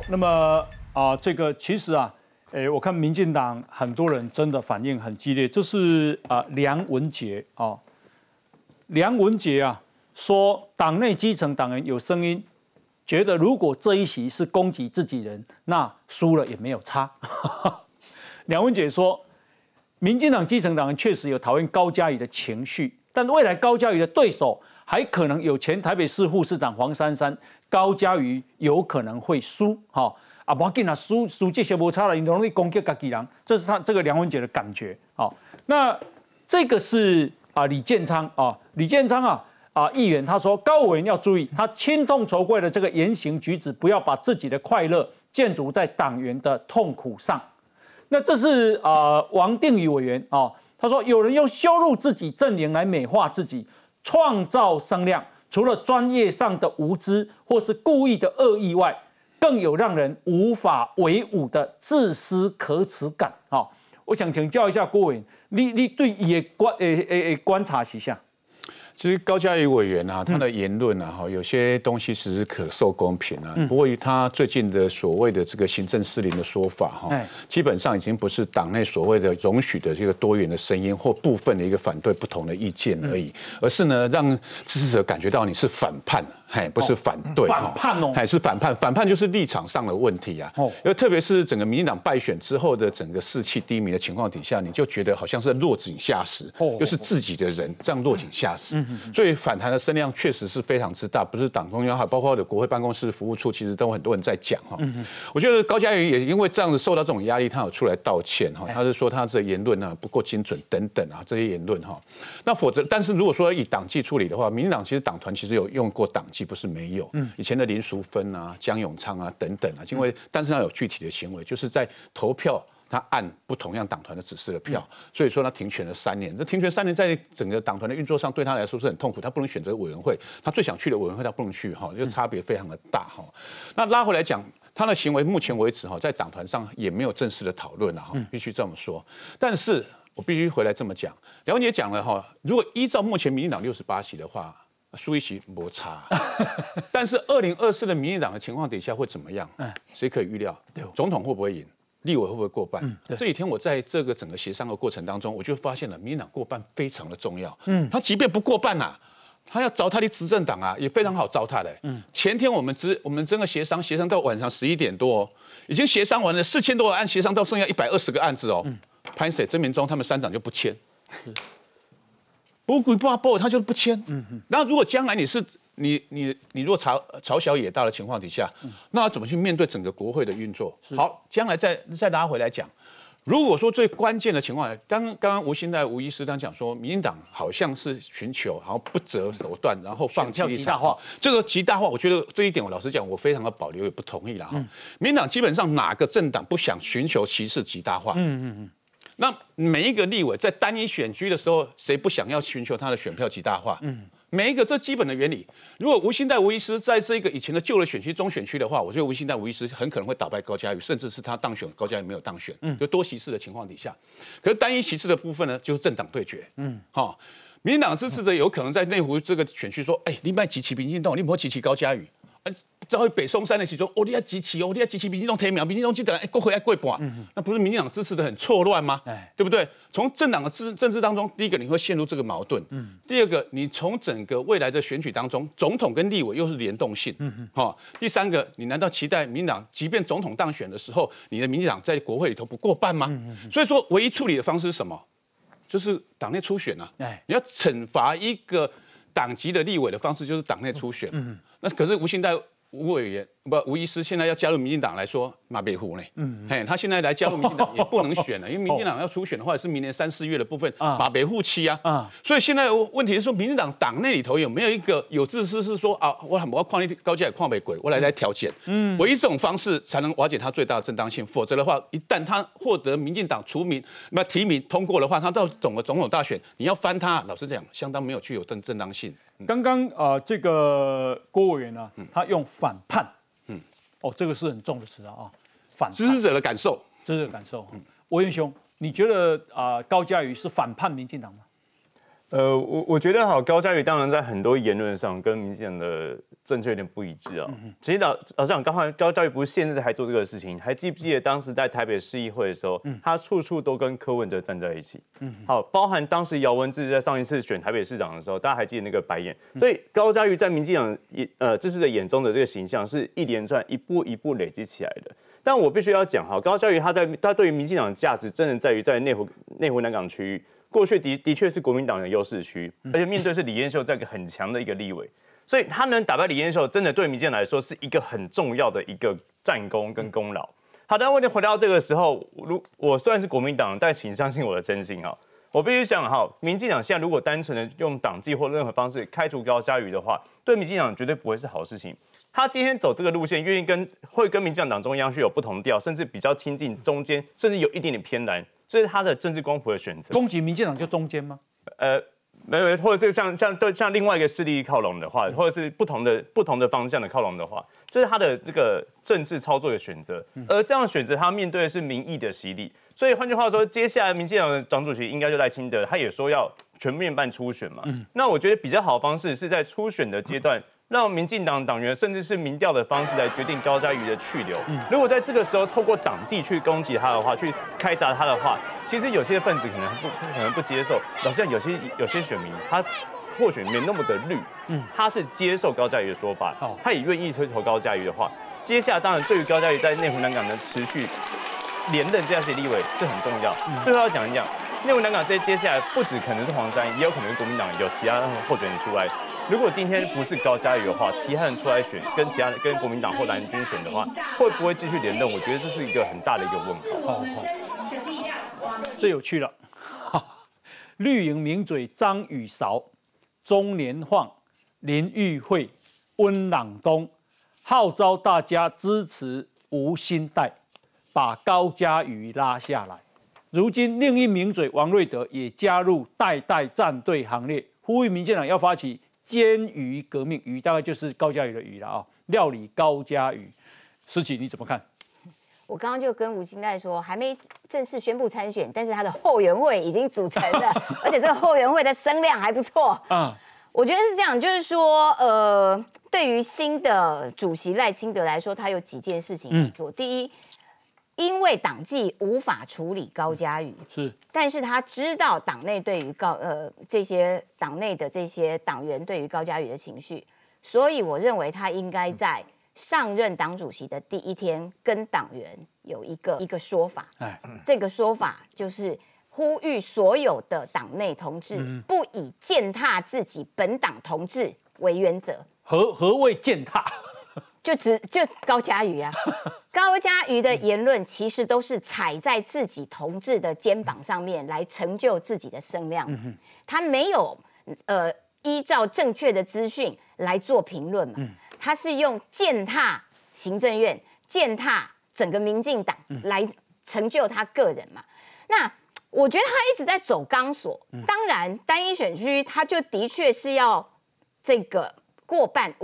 那么这个其实我看民进党很多人真的反应很激烈。这是梁文杰梁文杰说，党内基层党员有声音，觉得如果这一席是攻击自己人，那输了也没有差。梁文杰说，民进党基层党员确实有讨厌高嘉瑜的情绪，但未来高嘉瑜的对手还可能有前台北市副市长黄珊珊，高嘉瑜有可能会输。不要紧啊，输这些没差了，你容易攻击自己人，这是他这个梁文杰的感觉。那这个是李建昌李建昌议员他说，高委员要注意，他亲痛仇贵的这个言行举止，不要把自己的快乐建筑在党员的痛苦上。那这是王定宇委员他说，有人用羞辱自己阵营来美化自己，创造声量，除了专业上的无知或是故意的恶意外，更有让人无法为伍的自私可耻感。我想请教一下郭委员，你对也观察一下。 其实高嘉瑜委员他的言论有些东西是可受公平不过他最近的所谓的这个行政失灵的说法基本上已经不是党内所谓的容许的这个多元的声音或部分的一个反对不同的意见而已，而是呢让支持者感觉到你是反叛。不是反对， 反叛是反叛，反叛就是立场上的问题因为特别是整个民进党败选之后的整个士气低迷的情况底下，你就觉得好像是落井下石，又是自己的人这样落井下石，所以反弹的声量确实是非常之大，不是党中央包括的国会办公室服务处，其实都很多人在讲我觉得高嘉瑜也因为这样子受到这种压力，他有出来道歉他是说他这言论不够精准等等这些言论那否则，但是如果说以党纪处理的话，民进党其实党团其实有用过党纪。不是没有，以前的林淑芬江永昌等等因为但是他有具体的行为，就是在投票他按不同样党团的指示的票，所以说他停权了3年。这停权3年，在整个党团的运作上，对他来说是很痛苦。他不能选择委员会，他最想去的委员会他不能去就差别非常的大那拉回来讲，他的行为目前为止在党团上也没有正式的讨论必须这么说。但是我必须回来这么讲，梁文杰讲了如果依照目前民进党68席的话，输一席没差，但是2024的民进党的情况底下会怎么样？谁可以预料？总统会不会赢？立委会不会过半？这几天我在这个整个协商的过程当中，我就发现了民进党过半非常的重要。他即便不过半他要糟蹋的执政党也非常好糟蹋的。前天我们整个协商到晚上11点多已经协商完了4000多个案，协商到剩下120个案子潘谁曾明忠他们3长就不签。不，他就不签。那如果将来你如果朝小野大的情况底下，那怎么去面对整个国会的运作？好，将来再拉回来讲，如果说最关键的情况，刚刚吴医师讲说，民进党好像是寻求好像不择手段，然后放弃立场。这个极大化，我觉得这一点我老实讲，我非常的保留，也不同意啦。民进党基本上哪个政党不想寻求歧视极大化？那每一个立委在单一选区的时候，谁不想要寻求他的选票极大化？每一个这基本的原理。如果吴医师在这个以前的旧的选区中选区的话，我觉得吴医师很可能会打败高嘉瑜，甚至是他当选，高嘉瑜没有当选，就多席次的情况底下。可是单一席次的部分呢，就是政党对决。民进党支持者有可能在内湖这个选区说：“你卖支持民进党，你不会支持高嘉瑜。”在北松山的时候，你要支持你要支持民进党提名，民进党记得国会要过半，那不是民进党支持的很错乱吗？对不对？从政党的政治当中，第一个你会陷入这个矛盾，第二个你从整个未来的选举当中，总统跟立委又是联动性，第三个你难道期待民进党即便总统当选的时候，你的民进党在国会里头不过半吗？所以说，唯一处理的方式是什么？就是党内初选你要惩罚一个党籍的立委的方式就是党内初选。那可是吴医师现在要加入民进党来说，马北湖呢？他现在来加入民进党也不能选了，因为民进党要初选的话是明年3、4月的部分，马北户期所以现在问题是说，民进党党内里头有没有一个有志士是说我要矿力高价也矿北鬼，我来调解。唯一这种方式才能瓦解他最大的正当性，否则的话，一旦他获得民进党提名通过的话，他到总统大选，你要翻他，老实讲，相当没有具有正当性。 刚刚这个郭委员他用反叛，这个是很重的词反叛支持者的感受， 委员兄，你觉得高嘉瑜是反叛民进党吗？ 我觉得高嘉瑜当然在很多言论上跟民进党的政策有点不一致啊。其实老实讲，高嘉瑜不是现在还做这个事情，还记不记得当时在台北市议会的时候，他处处都跟柯文哲站在一起。好，包含当时姚文智在上一次选台北市长的时候，大家还记得那个白眼。所以高嘉瑜在民进党支持者眼中的这个形象是一连串一步一步累积起来的。但我必须要讲高嘉瑜他对于民进党的价值，真的在于在内湖南港区域。过去的确是国民党的优势区，而且面对是李彦秀这个很强的一个立委，所以他能打败李彦秀，真的对民进党来说是一个很重要的一个战功跟功劳。好，但问题回到这个时候，我虽然是国民党，但请相信我的真心啊，我必须想民进党现在如果单纯的用党纪或任何方式开除高嘉瑜的话，对民进党绝对不会是好事情。他今天走这个路线，愿意会跟民进党中央是有不同调，甚至比较亲近中间，甚至有一点点偏蓝。这是他的政治光谱的选择。 攻击民进党就中间吗？ 没有，或者是像另外一个势力靠拢的话，或者是不同的方向的靠拢的话，这是他的这个政治操作的选择。而这样的选择，他面对的是民意的洗礼。所以换句话说，接下来民进党的党主席应该就赖清德，他也说要全面办初选嘛。那我觉得比较好的方式是在初选的阶段。让民进党党员甚至是民调的方式来决定高嘉瑜的去留。如果在这个时候透过党纪去攻击他的话，去开闸他的话，其实有些分子可能不接受。老实讲，有些选民他或许没那么的绿，他是接受高嘉瑜的说法，他也愿意推投高嘉瑜的话，接下来当然对于高嘉瑜在内湖南港的持续连任这样的立委是很重要。最后要讲一讲。内湖南港接下来不只可能是黄珊，也有可能是国民党有其他候选人出来。如果今天不是高嘉瑜的话，其他人出来选，跟国民党或蓝军选的话，会不会继续连任？我觉得这是一个很大的一个问号。 这有趣了。绿营名嘴张宇韶、钟连晃、林育惠、温朗东号召大家支持吴欣岱，把高嘉瑜拉下来。如今，另一名嘴王瑞德也加入代战队行列，呼吁民进党要发起煎鱼革命，鱼大概就是高嘉瑜的鱼了啊，料理高嘉瑜。思琪你怎么看？ 我刚刚就跟吴欣岱说，还没正式宣布参选，但是他的后援会已经组成了，而且这个后援会的声量还不错。我觉得是这样，就是说，对于新的主席赖清德来说，他有几件事情要做。第一，因为党纪无法处理高嘉瑜，但是他知道党内对于这些党内的这些党员对于高嘉瑜的情绪，所以我认为他应该在上任党主席的第一天跟党员有一个说法。这个说法就是呼吁所有的党内同志不以践踏自己本党同志为原则。 何谓践踏？ 就高嘉瑜啊，高嘉瑜的言论其实都是踩在自己同志的肩膀上面来成就自己的声量，他没有依照正确的资讯来做评论嘛，他是用践踏行政院、践踏整个民进党来成就他个人嘛。那我觉得他一直在走钢索，当然单一选区他就的确是要这个过半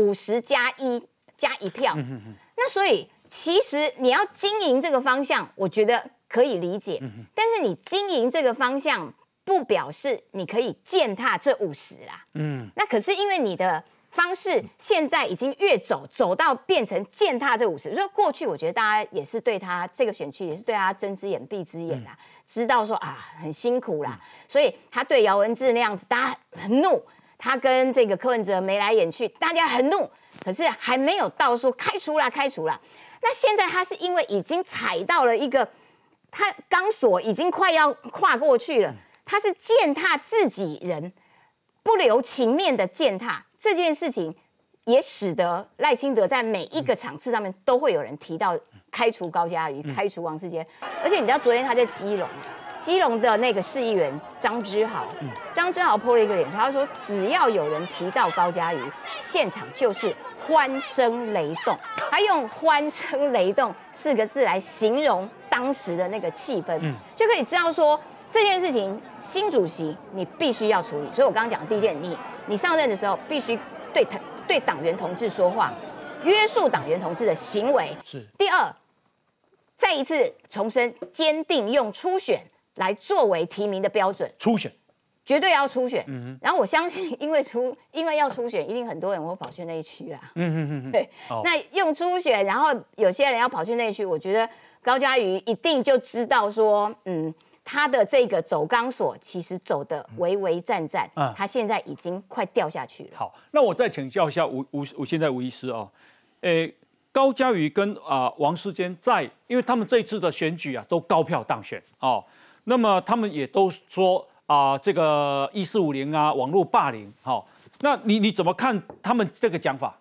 50+1。加1票，那所以其实你要经营这个方向，我觉得可以理解。但是你经营这个方向，不表示你可以践踏这50啦。那可是因为你的方式现在已经越走到变成践踏这50，所以过去我觉得大家也是对他这个选区也是对他睁只眼闭只眼啦，知道说很辛苦啦，所以他对姚文智那样子，大家很怒。他跟这个柯文哲眉来眼去，大家很怒，可是还没有到说开除啦。那现在他是因为已经踩到了一个他钢索，已经快要跨过去了，他是践踏自己人，不留情面的践踏这件事情，也使得赖清德在每一个场次上面都会有人提到开除高嘉瑜、开除王世坚，而且你知道昨天他在基隆的那个市议员张之豪po 了一个脸书，他说只要有人提到高嘉瑜，现场就是欢声雷动，他用欢声雷动4个字来形容当时的那个气氛，就可以知道说这件事情新主席你必须要处理。所以我刚刚讲的第一件，你上任的时候必须对党员同志说话，约束党员同志的行为。第二，再一次重申，坚定用初选来作为提名的标准。 初选绝对要初选。然后我相信，因为要初选，一定很多人会跑去内区啦。对。那用初选，然后有些人要跑去内区，我觉得高嘉瑜一定就知道说，他的这个走钢索其实走的微微战战，他现在已经快掉下去了。 好，那我再请教一下现在吴医师哦，高嘉瑜跟王世坚因为他们这一次的选举啊都高票当选哦，那么他们也都说这个1450啊网络霸凌，好，那你怎么看他们这个讲法？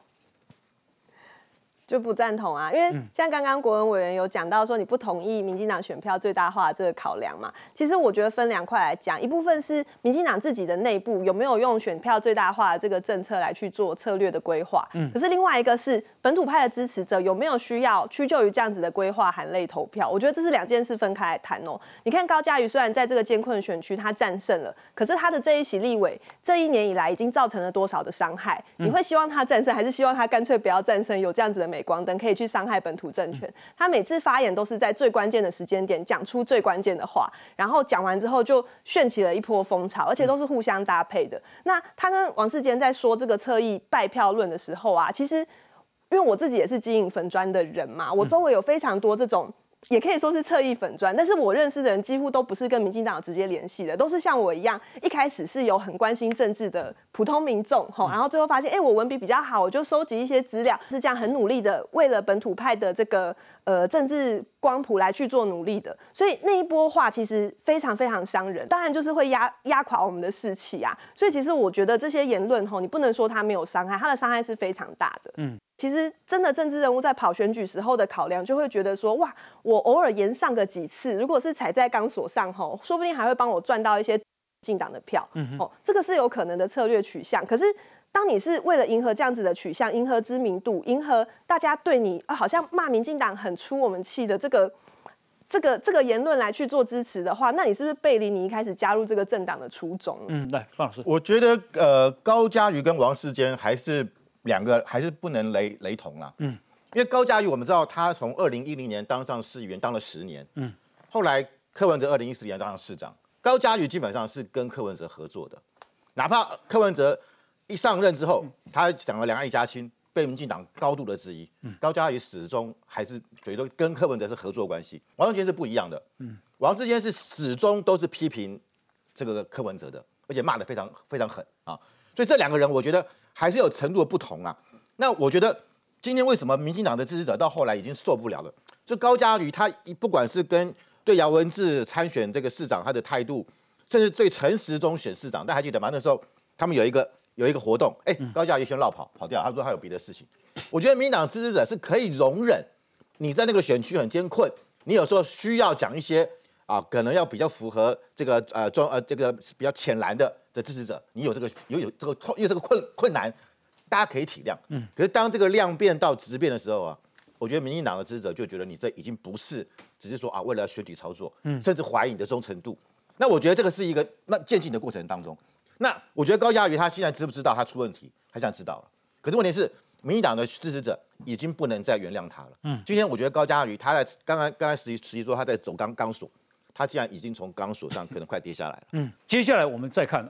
就不赞同啊，因为像刚刚国文委员有讲到说，你不同意民进党选票最大化这个考量嘛？其实我觉得分两块来讲，一部分是民进党自己的内部有没有用选票最大化的这个政策来去做策略的规划，可是另外一个是本土派的支持者有没有需要屈就于这样子的规划含泪投票？我觉得这是两件事分开来谈哦。你看高嘉瑜虽然在这个艰困选区他战胜了，可是他的这一席立委这1年以来已经造成了多少的伤害？你会希望他战胜，还是希望他干脆不要战胜？有这样子的镁光灯可以去伤害本土政权。他每次发言都是在最关键的时间点讲出最关键的话，然后讲完之后就掀起了一波风潮，而且都是互相搭配的。那他跟王世坚在说这个侧翼败票论的时候啊，其实因为我自己也是经营粉专的人嘛，我周围有非常多这种。也可以说是侧翼粉专，但是我认识的人几乎都不是跟民进党直接联系的，都是像我一样，一开始是有很关心政治的普通民众，然后最后发现，我文笔比较好，我就收集一些资料，是这样很努力的，为了本土派的这个政治光谱来去做努力的，所以那一波话其实非常非常伤人，当然就是会压垮我们的士气啊。所以其实我觉得这些言论你不能说它没有伤害，它的伤害是非常大的。其实真的政治人物在跑选举时候的考量，就会觉得说，哇，我偶尔延上个几次，如果是踩在钢索上说不定还会帮我赚到一些进党的票。这个是有可能的策略取向。可是当你是为了迎合这样子的取向，迎合知名度，迎合大家对你好像骂民进党很出我们气的这个言论来去做支持的话，那你是不是背离你一开始加入这个政党的初衷？ 来，范老师， 我觉得高嘉瑜跟王世坚两个还是不能雷同啦。因为高嘉瑜我们知道他从2010年当上市议员当了10年，后来柯文哲2014年当上市长，高嘉瑜基本上是跟柯文哲合作的，哪怕柯文哲一上任之后，他讲了两岸一家亲，被民进党高度的质疑，高嘉瑜始终还是觉得跟柯文哲是合作关系。王世坚是不一样的，王世坚是始终都是批评这个柯文哲的，而且骂得非常非常狠啊。所以这两个人，我觉得还是有程度的不同啊。那我觉得今天为什么民进党的支持者到后来已经受不了了？就高嘉瑜他不管是对姚文智参选这个市长他的态度，甚至对陈时中选市长，大家还记得吗？那时候他们有一个活动，高嘉瑜先跑掉，他说他有别的事情。我觉得民进党支持者是可以容忍你在那个选区很艰困，你有时候需要讲一些可能要比较符合这个这个比较浅蓝的支持者，你有这个困难，大家可以体谅。可是当这个量变到质变的时候啊，我觉得民进党的支持者就觉得你这已经不是只是说为了选举操作，甚至怀疑你的忠诚度。那我觉得这个是一个渐进的过程当中。那我觉得高嘉瑜他现在知不知道他出问题，他现在知道了。可是问题是，民进党的支持者已经不能再原谅他了。今天我觉得高嘉瑜他在刚才实习说他在走钢索。他既然已经从钢索上可能快跌下来了。 接下来我们再看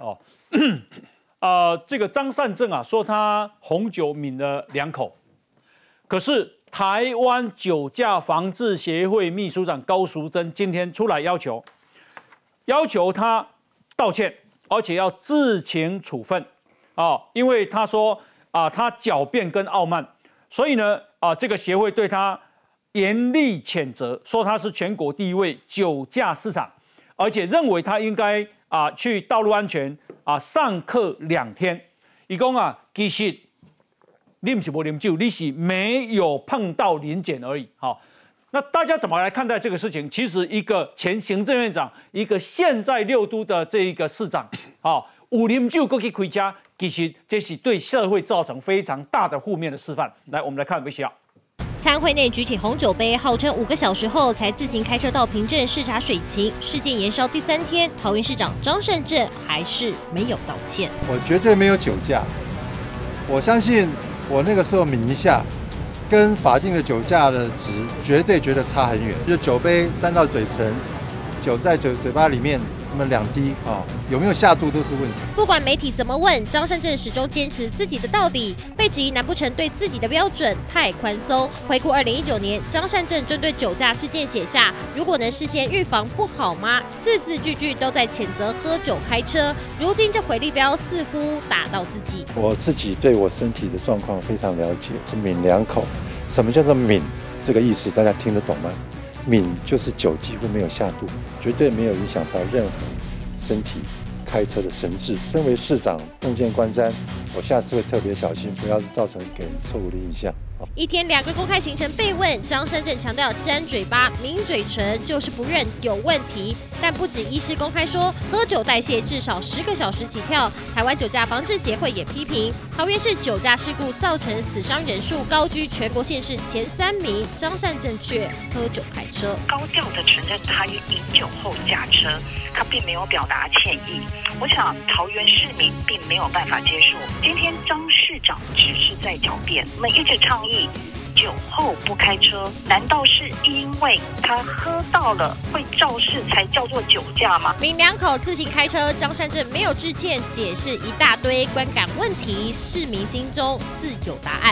这个张善政说他红酒抿了2口，可是台湾酒驾防治协会秘书长高淑珍今天出来要求他道歉，而且要自请处分因为他说他狡辩跟傲慢，所以呢这个协会对他严厉谴责，说他是全国第1位酒驾市长，而且认为他应该去道路安全上课2天。他说其实你不是没啉酒，你是没有碰到临检而已。那大家怎么来看待这个事情？其实一个前行政院长，一个现在6都的这一个市长，有啉酒过去开车，其实这是对社会造成非常大的负面的示范。来，我们来看VCR。 参会内举起红酒杯，号称5个小时后才自行开车到平镇视察水情。事件延烧第3天，桃园市长张善政还是没有道歉。 我绝对没有酒驾，我相信我那个时候抿一下，跟法定的酒驾的值绝对差很远。就酒杯沾到嘴唇，酒在嘴巴里面那么2滴啊，有没有下肚都是问题。 不管媒体怎么问，张善政始终坚持自己的道理，被质疑难不成对自己的标准太宽松？回顾2019年，张善政针对酒驾事件写下：如果能事先预防不好吗？字字句句都在谴责喝酒开车。如今这回力镖似乎打到自己。 我自己对我身体的状况非常了解，是抿2口。什么叫做抿？这个意思大家听得懂吗？抿就是酒几乎没有下肚，绝对没有影响到任何身体开车的神智。身为市长，洞见观瞻，我下次会特别小心，不要造成给人错误的印象。 一天2个公开行程被问，张善政强调沾嘴巴、抿嘴唇就是不认有问题。但不止医师公开说，喝酒代谢至少10个小时起跳。台湾酒驾防治协会也批评，桃园市酒驾事故造成死伤人数高居全国县市前3名，张善政却喝酒开车， 高调的承认他饮酒后驾车，他并没有表达歉意。我想桃园市民并没有办法接受，今天张市长只是在狡辩，我们一直倡议酒后不开车，难道是因为他喝到了会肇事才叫做酒驾吗？ 抿2口自行开车，张善政没有致歉，解释一大堆观感问题，市民心中自有答案。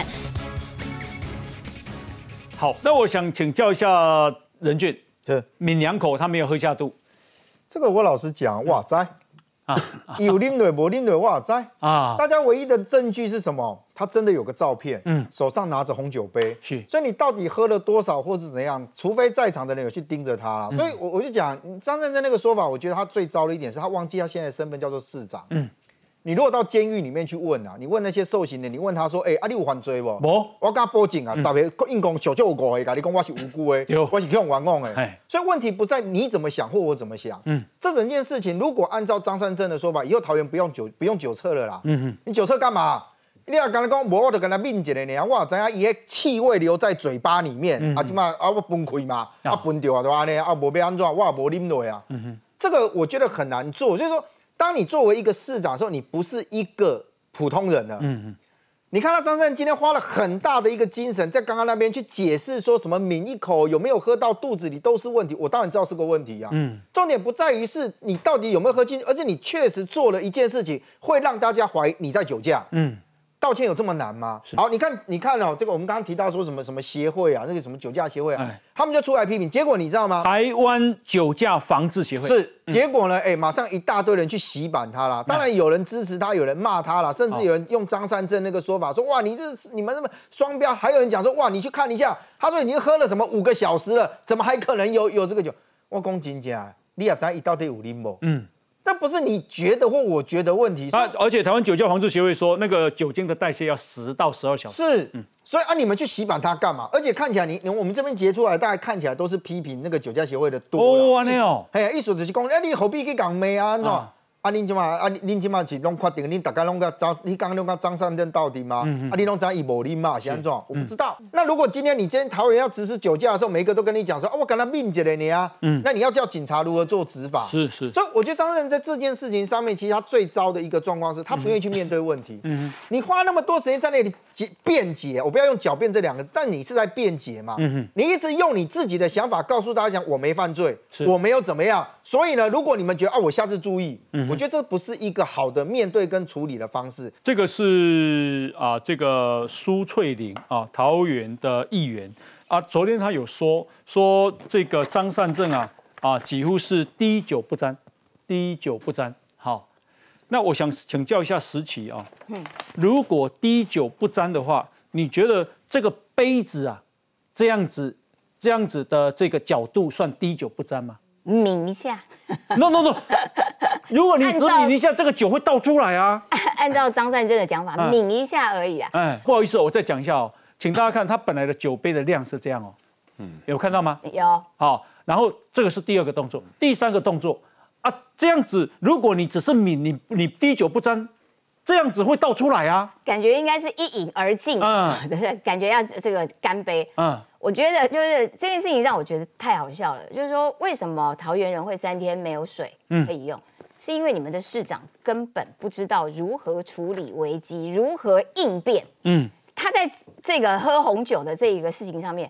好，那我想请教一下任俊， 是抿2口他没有喝下肚， 这个我老实讲，哇塞。有啉落无啉落，我也知啊。大家唯一的证据是什么？他真的有个照片，手上拿着红酒杯， 是。 所以你到底喝了多少，或是怎样？除非在场的人有去盯着他啦。所以我就讲张善政那个说法，我觉得他最糟的一点是他忘记他现在的身份叫做市长。你如果到监狱里面去问啊，你问那些受刑人，你问他说，你有犯罪不？ 无， 我跟他报警啊，10个硬讲小就有5个，跟你讲我是无辜的，我是去用冤枉的。所以问题不在你怎么想或我怎么想，这整件事情如果按照张善政的说法，以后桃园不用酒测了啦。你酒测干嘛？你要跟他讲，我就跟他抿一下呢，我知影伊的气味留在嘴巴里面，即嘛我崩溃嘛，崩掉啊对吧？呢无要安怎，我也无啉落啊。这个我觉得很难做，所以说。当你作为一个市长的时候，你不是一个普通人了。你看到张善政今天花了很大的一个精神，在刚刚那边去解释说什么抿1口有没有喝到肚子里都是问题，我当然知道是个问题啊。重点不在于是你到底有没有喝进去，而是你确实做了一件事情，会让大家怀疑你在酒驾。道歉有这么难吗？好，你看哦，这个我们刚刚提到说什么协会啊，那个什么酒驾协会啊，他们就出来批评，结果你知道吗？ 台湾酒驾防治协会是，结果呢，马上一大堆人去洗版他啦。当然有人支持他，有人骂他啦，甚至有人用张善政那个说法说，哇，你们这么双标，还有人讲说，哇，你去看一下，他说已经喝了什么5个小时了，怎么还可能有这个酒？我讲真正，你也知道他到底有啉无？但不是你觉得或我觉得问题。 而且台湾酒驾防治协会说，那个酒精的代谢要10到12小时。 是，所以你们去洗版它干嘛？而且看起来我们这边截出来，大概看起来都是批评那个酒驾协会的多。 哦，安尼哦。 意思就是讲，你何必去讲骂啊？恁即马是拢确定，恁大家拢你刚刚拢跟张善政到底吗？你拢知伊无啉嘛？是安怎？我不知道。那如果今天桃园要实施酒驾的时候，每一个都跟你讲说，我跟他抿一下你啊，那你要叫警察如何做执法？ 是。 所以我觉得张善政在这件事情上面，其实他最糟的一个状况是，他不愿意去面对问题。你花那么多时间在那里辩解，我不要用狡辩这2个字，但你是在辩解嘛？你一直用你自己的想法告诉大家讲，我没犯罪，我没有怎么样。所以呢，如果你们觉得我下次注意，我觉得这不是一个好的面对跟处理的方式。 这个是这个苏翠玲桃园的议员昨天他有说这个张善政几乎是滴酒不沾。好，那我想请教一下时齐如果滴酒不沾的话，你觉得这个杯子这样子的这个角度算滴酒不沾吗？ 抿一下 ，no， 如果你只抿一下，这个酒会倒出来啊。 按照张善政的讲法，抿一下而已啊。 不好意思，我再讲一下请大家看，它本来的酒杯的量是这样有看到吗？ 有。 好，然后这个是第2个动作，第3个动作这样子，如果你只是抿，你滴酒不沾，这样子会倒出来啊。 感觉应该是一饮而尽，对不对？感觉要这个干杯。我觉得就是这件事情让我觉得太好笑了，就是说为什么桃园人会3天没有水可以用，是因为你们的市长根本不知道如何处理危机，如何应变。他在这个喝红酒的这一个事情上面，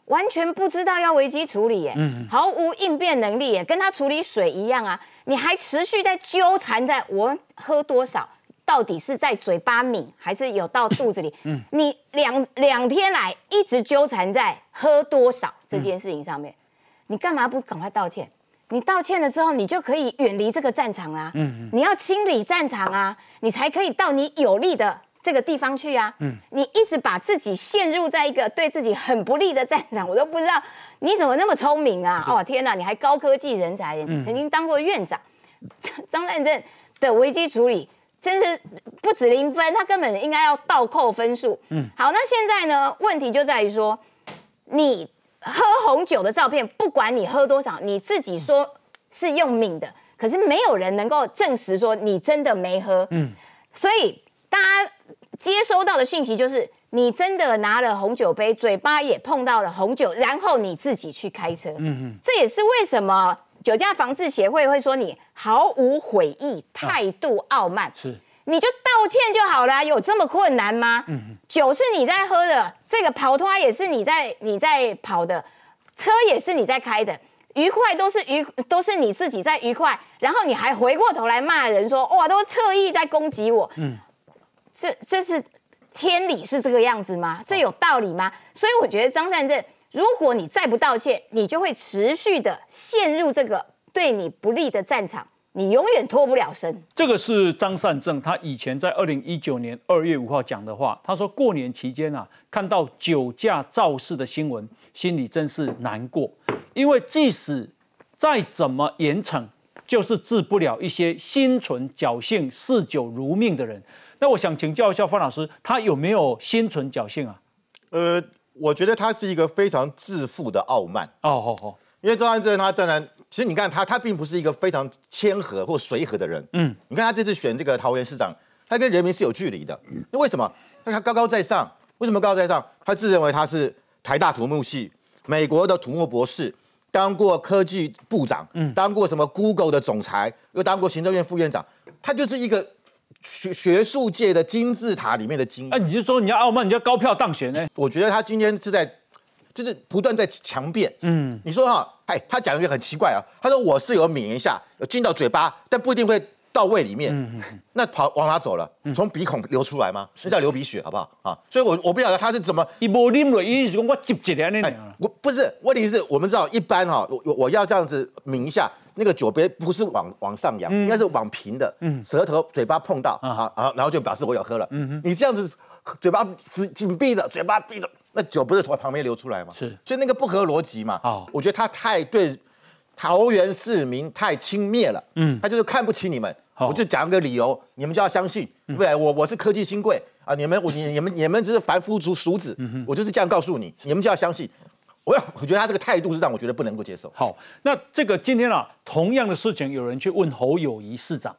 完全不知道要危机处理耶，毫无应变能力耶，跟他处理水一样啊！你还持续在纠缠在我喝多少，到底是在嘴巴抿还是有到肚子里？你两天来一直纠缠在喝多少这件事情上面，你干嘛不赶快道歉？你道歉了之后，你就可以远离这个战场啦。你要清理战场啊，你才可以到你有利的这个地方去啊。你一直把自己陷入在一个对自己很不利的战场，我都不知道你怎么那么聪明啊！哦天哪，你还高科技人才，曾经当过院长。张善政的危机处理真是不止0分，他根本应该要倒扣分数。好，那现在呢？问题就在于说，你喝红酒的照片，不管你喝多少，你自己说是用抿的，可是没有人能够证实说你真的没喝。所以大家接收到的讯息就是，你真的拿了红酒杯，嘴巴也碰到了红酒，然后你自己去开车。这也是为什么酒驾防治协会会说你毫无悔意，态度傲慢。是。你就道歉就好了，有这么困难吗？酒是你在喝的，这个跑拖也是你在跑的，车也是你在开的，愉快都是你自己在愉快，然后你还回过头来骂人说，哇，都特意在攻击我。这是天理是这个样子吗？这有道理吗？所以我觉得张善政，如果你再不道歉，你就会持续的陷入这个对你不利的战场。你永远脱不了身。这个是张善政他以前在2019年2月5号讲的话。他说过年期间啊，看到酒驾肇事的新闻，心里真是难过。因为即使再怎么严惩，就是治不了一些心存侥幸、嗜酒如命的人。那我想请教一下范老师，他有没有心存侥幸啊？ 我觉得他是一个非常自负的傲慢。因为张善政他当然。其实你看他并不是一个非常谦和或随和的人。你看他这次选这个桃园市长，他跟人民是有距离的。那为什么？他高高在上。为什么高高在上？他自认为他是台大土木系、美国的土木博士，当过科技部长，当过什么 Google 的总裁，又当过行政院副院长。他就是一个学术界的金字塔里面的精英。你就说你要傲慢，你要高票当选呢？我觉得他今天是在。就是不断在强辩。你说哈，他讲一个很奇怪啊，他说我是有抿一下，有进到嘴巴，但不一定会到胃里面。那往哪走了？从鼻孔流出来吗？那叫流鼻血，好不好啊？所以我不晓得他是怎么。一波啉了，一是讲我接一个那。我不是，问题是我们知道一般哈，我要这样子抿一下，那个酒杯不是往上扬，应该是往平的，舌头嘴巴碰到然后就表示我有喝了。你这样子嘴巴紧闭着，嘴巴闭着。那酒不是从旁边流出来吗？是，所以那个不合逻辑嘛。我觉得他太对桃园市民太轻蔑了。他就是看不起你们。我就讲一个理由，你们就要相信。对不对？我是科技新贵啊，你们只是凡夫俗子。我就是这样告诉你，你们就要相信。我觉得他这个态度是让我觉得不能够接受。好，那这个今天啊，同样的事情有人去问侯友宜市长。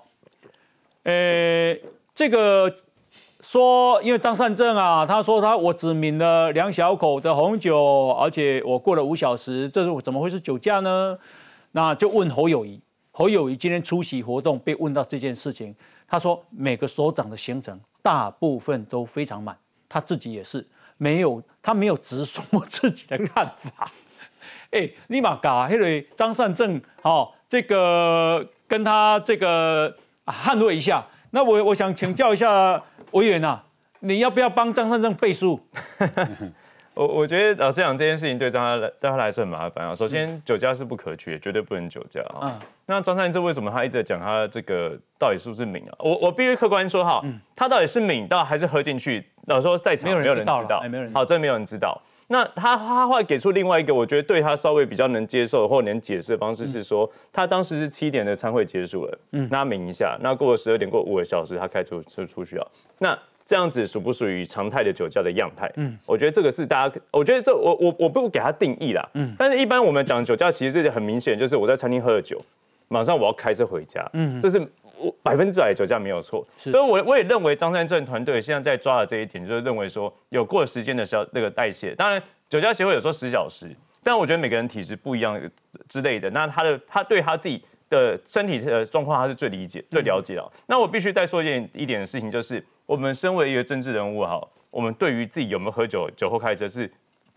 这个。说，因为张善政啊，他说我只抿了2小口的红酒，而且我过了5小时，这是怎么会是酒驾呢？那就问侯友宜。侯友宜今天出席活动被问到这件事情，他说每个首长的行程大部分都非常满，他自己也是他没有直说自己的看法。立马搞那个张善政，这个跟他这个捍卫一下。那我想请教一下。委员啊，你要不要帮张善政背书？我觉得老实讲，这件事情对他来说很麻烦啊。首先，酒驾是不可取，绝对不能酒驾啊。那张善政为什么他一直在讲他这个到底是不是抿啊？我必须客观说哈，他到底是抿到还是喝进去？老实说，在场没有人知道，好，真的没有人知道。那他会给出另外一个，我觉得对他稍微比较能接受或能解释的方式是说，他当时是7点的餐会结束了，那抿一下，那过了12点过5个小时，他开车出去啊，那这样子属不属于常态的酒驾的样态？我觉得这个是大家，我觉得这我不给他定义啦，但是一般我们讲酒驾其实是很明显，就是我在餐厅喝了酒，马上我要开车回家，这是100%酒驾没有错，所以我也认为张善政团队现在在抓的这一点，就是认为说有过时间的那个代谢。当然，酒驾协会有说10小时，但我觉得每个人体质不一样之类的，那他对他自己的身体的状况，他是最了解的。那我必须再说一点的事情，就是我们身为一个政治人物，我们对于自己有没有喝酒后开车是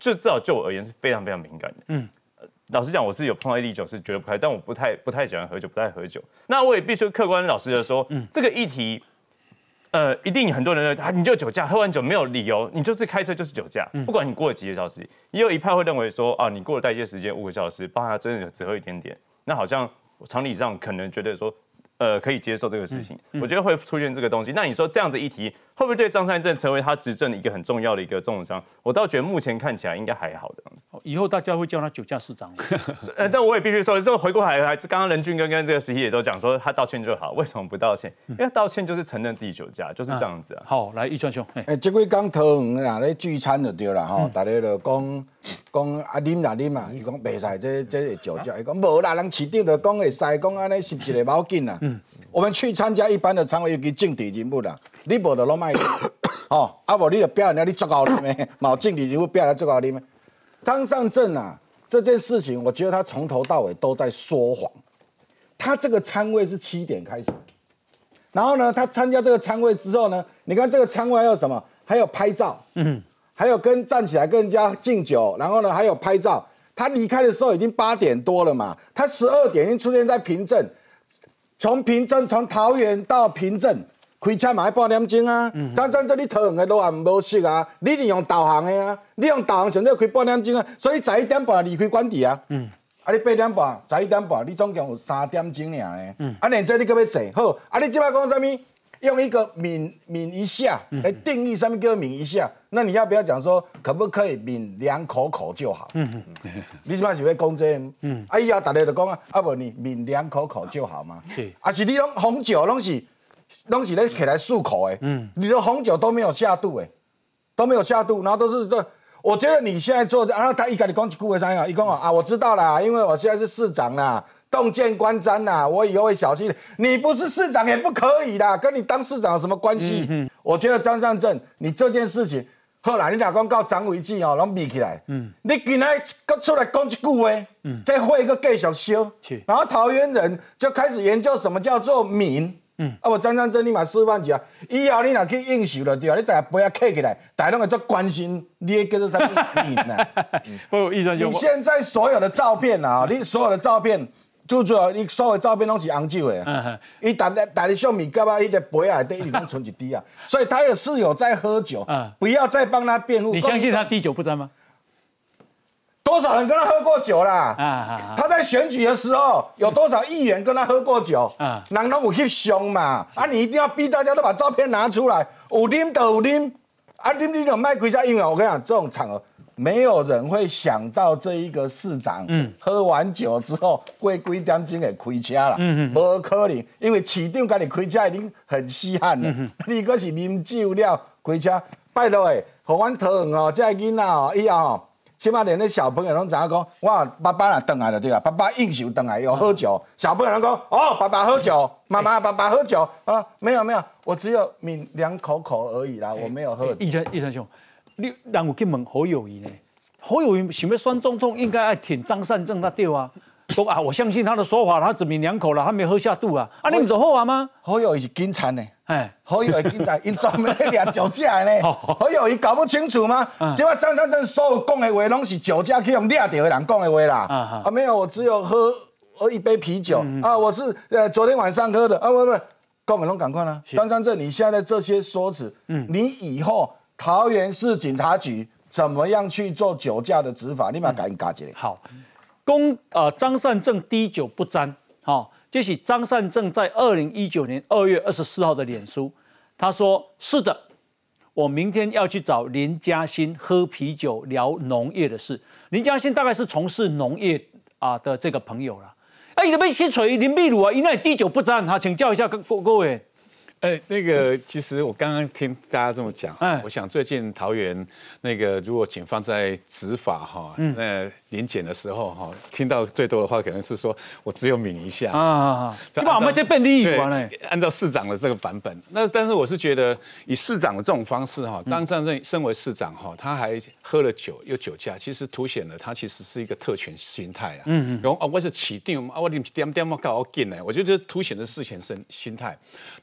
至少就我而言是非常非常敏感的。老实讲，我是有碰到一滴酒是绝对不开，但我不太喜欢喝酒，不太喝酒。那我也必须客观老实的说，这个议题，一定很多人认为你就酒驾，喝完酒没有理由，你就是开车就是酒驾，不管你过了几个小时。也有一派会认为说，你过了代谢时间5个小时，包含真的只喝一点点，那好像常理上可能觉得说。可以接受这个事情，我觉得会出现这个东西。那你说这样子议题会不会对张善政成为他执政的一个很重要的一个重伤？我倒觉得目前看起来应该还好的样子。 以后大家会叫他酒驾市长。 但我也必须说，这个回过来，刚刚任俊跟这个11也都讲说他道歉就好，为什么不道歉？因为道歉就是承认自己酒驾，就是这样子啊。 好，来，易川兄， 这几天桃园啦，咧聚餐就对啦吼，大家就讲啉啦啉啦，伊讲袂使，这会酒驾，伊讲无啦，人市长就讲会使，讲安尼11个无要紧啦。我们去参加一般的餐会，尤其政治人物啦，你无就拢卖，哦，啊无你就表演你足够啉的，冇政治人物表演足够啉的。张善政啊，这件事情，我觉得他从头到尾都在说谎。他这个餐会是7点开始，然后呢，他参加这个餐会之后呢，你看这个餐会还有什么？还有拍照，还有站起来跟人家敬酒，然后呢还有拍照。他离开的时候已经8点多了嘛，他12点已经出现在平镇。从桃园到平镇，开车嘛要半点钟啊。张善政你桃园的路也无熟啊，你一定用导航的啊，你用导航选择开半点钟啊，所以11点半离开官邸啊。啊，你8点半、11点半，你总共有3点钟尔呢。啊，连这你搁要坐好，啊，你即摆讲什么？用一个抿一下来定义什么叫抿一下？那你要不要讲说可不可以抿2口就好？你即摆是要讲这？以后大家就讲啊，无你抿2口就好嘛？是你拢红酒拢是咧起来漱口的，你的红酒都没有下肚都没有下肚，然后都是这。我觉得你现在做，然后他一跟你讲一句话啥呀？伊讲啊，我知道啦，因为我现在是市长啦。洞见观瞻呐，我以后会小心。你不是市长也不可以啦，跟你当市长有什么关系？我觉得张善政，你这件事情，后来你若讲到张维志哦，拢闭起来。你今仔搁出来讲一句话，这会搁继续烧，然后桃园人就开始研究什么叫做民。我张善政你嘛示范一下，以后你若去应酬就对啊，你大家杯啊客起来，大家拢会做关心你叫做什么民呐？你现在所有的照片啊，你所有的照片。最主要，你所有的照片拢是红酒的，伊大日上面干嘛？伊个杯啊，一直拢存一滴啊，所以他也是有在喝酒，不要再帮他辩护。 你相信他滴酒不沾吗？ 多少人跟他喝过酒啦？他在选举的时候，有多少议员跟他喝过酒？人拢有翕相嘛？啊，你一定要逼大家都把照片拿出来，有啉就有啉，啊，你就卖开车，因为我跟你讲，这种场合。没有人会想到这一个市长，喝完酒之后过几点钟会开车啦，无可能，因为市长家己开车已经很稀罕了，你搁是啉酒了开车，拜托诶，互阮桃园哦，这囡仔哦，以后哦，起码连那小朋友拢知影讲，我爸爸若回来就对了，爸爸应酬回来有喝酒，小朋友拢讲，哦，爸爸喝酒，妈妈爸爸喝酒啊，没有，我只有抿2口而已啦，我没有喝。 易川兄。你人有去问侯友宜呢？侯友宜想要选总统，应该爱挺张善政，他对啊。说啊，我相信他的说法，他只抿2口了，他没喝下肚啊。啊，你唔就好啊吗？ 侯友宜是警察呢，侯友宜警察，因专门抓酒驾的呢。侯友宜搞不清楚吗？结果张善政所有讲的话，拢是酒驾去用抓到的人讲的话啦。啊，没有，我只有喝一杯啤酒啊，我是昨天晚上喝的啊，不，讲的拢赶快啦。张善政，你现在这些说辞，你以后。桃园市警察局怎么样去做酒驾的执法？你嘛赶紧加一个。 好，张善政滴酒不沾，这是张善政在2019年2月24号的脸书，他说是的，我明天要去找林嘉欣喝啤酒聊农业的事。林嘉欣大概是从事农业的这个朋友啦。伊就要去找林秘鲁啊，因为滴酒不沾，请教一下各位。 那个其实我刚刚听大家这么讲，我想最近桃园那个如果警方在执法哈，那临检的时候哈，听到最多的话可能是说我只有抿一下你把我们这便利完了。 按照市长的这个版本，但是我是觉得以市长的这种方式哈，张善政身为市长哈，他还喝了酒又酒驾，其实凸显了他其实是一个特权心态啦。然后我是市长我你点我搞我进来，我觉得这凸显的事前心态。那事后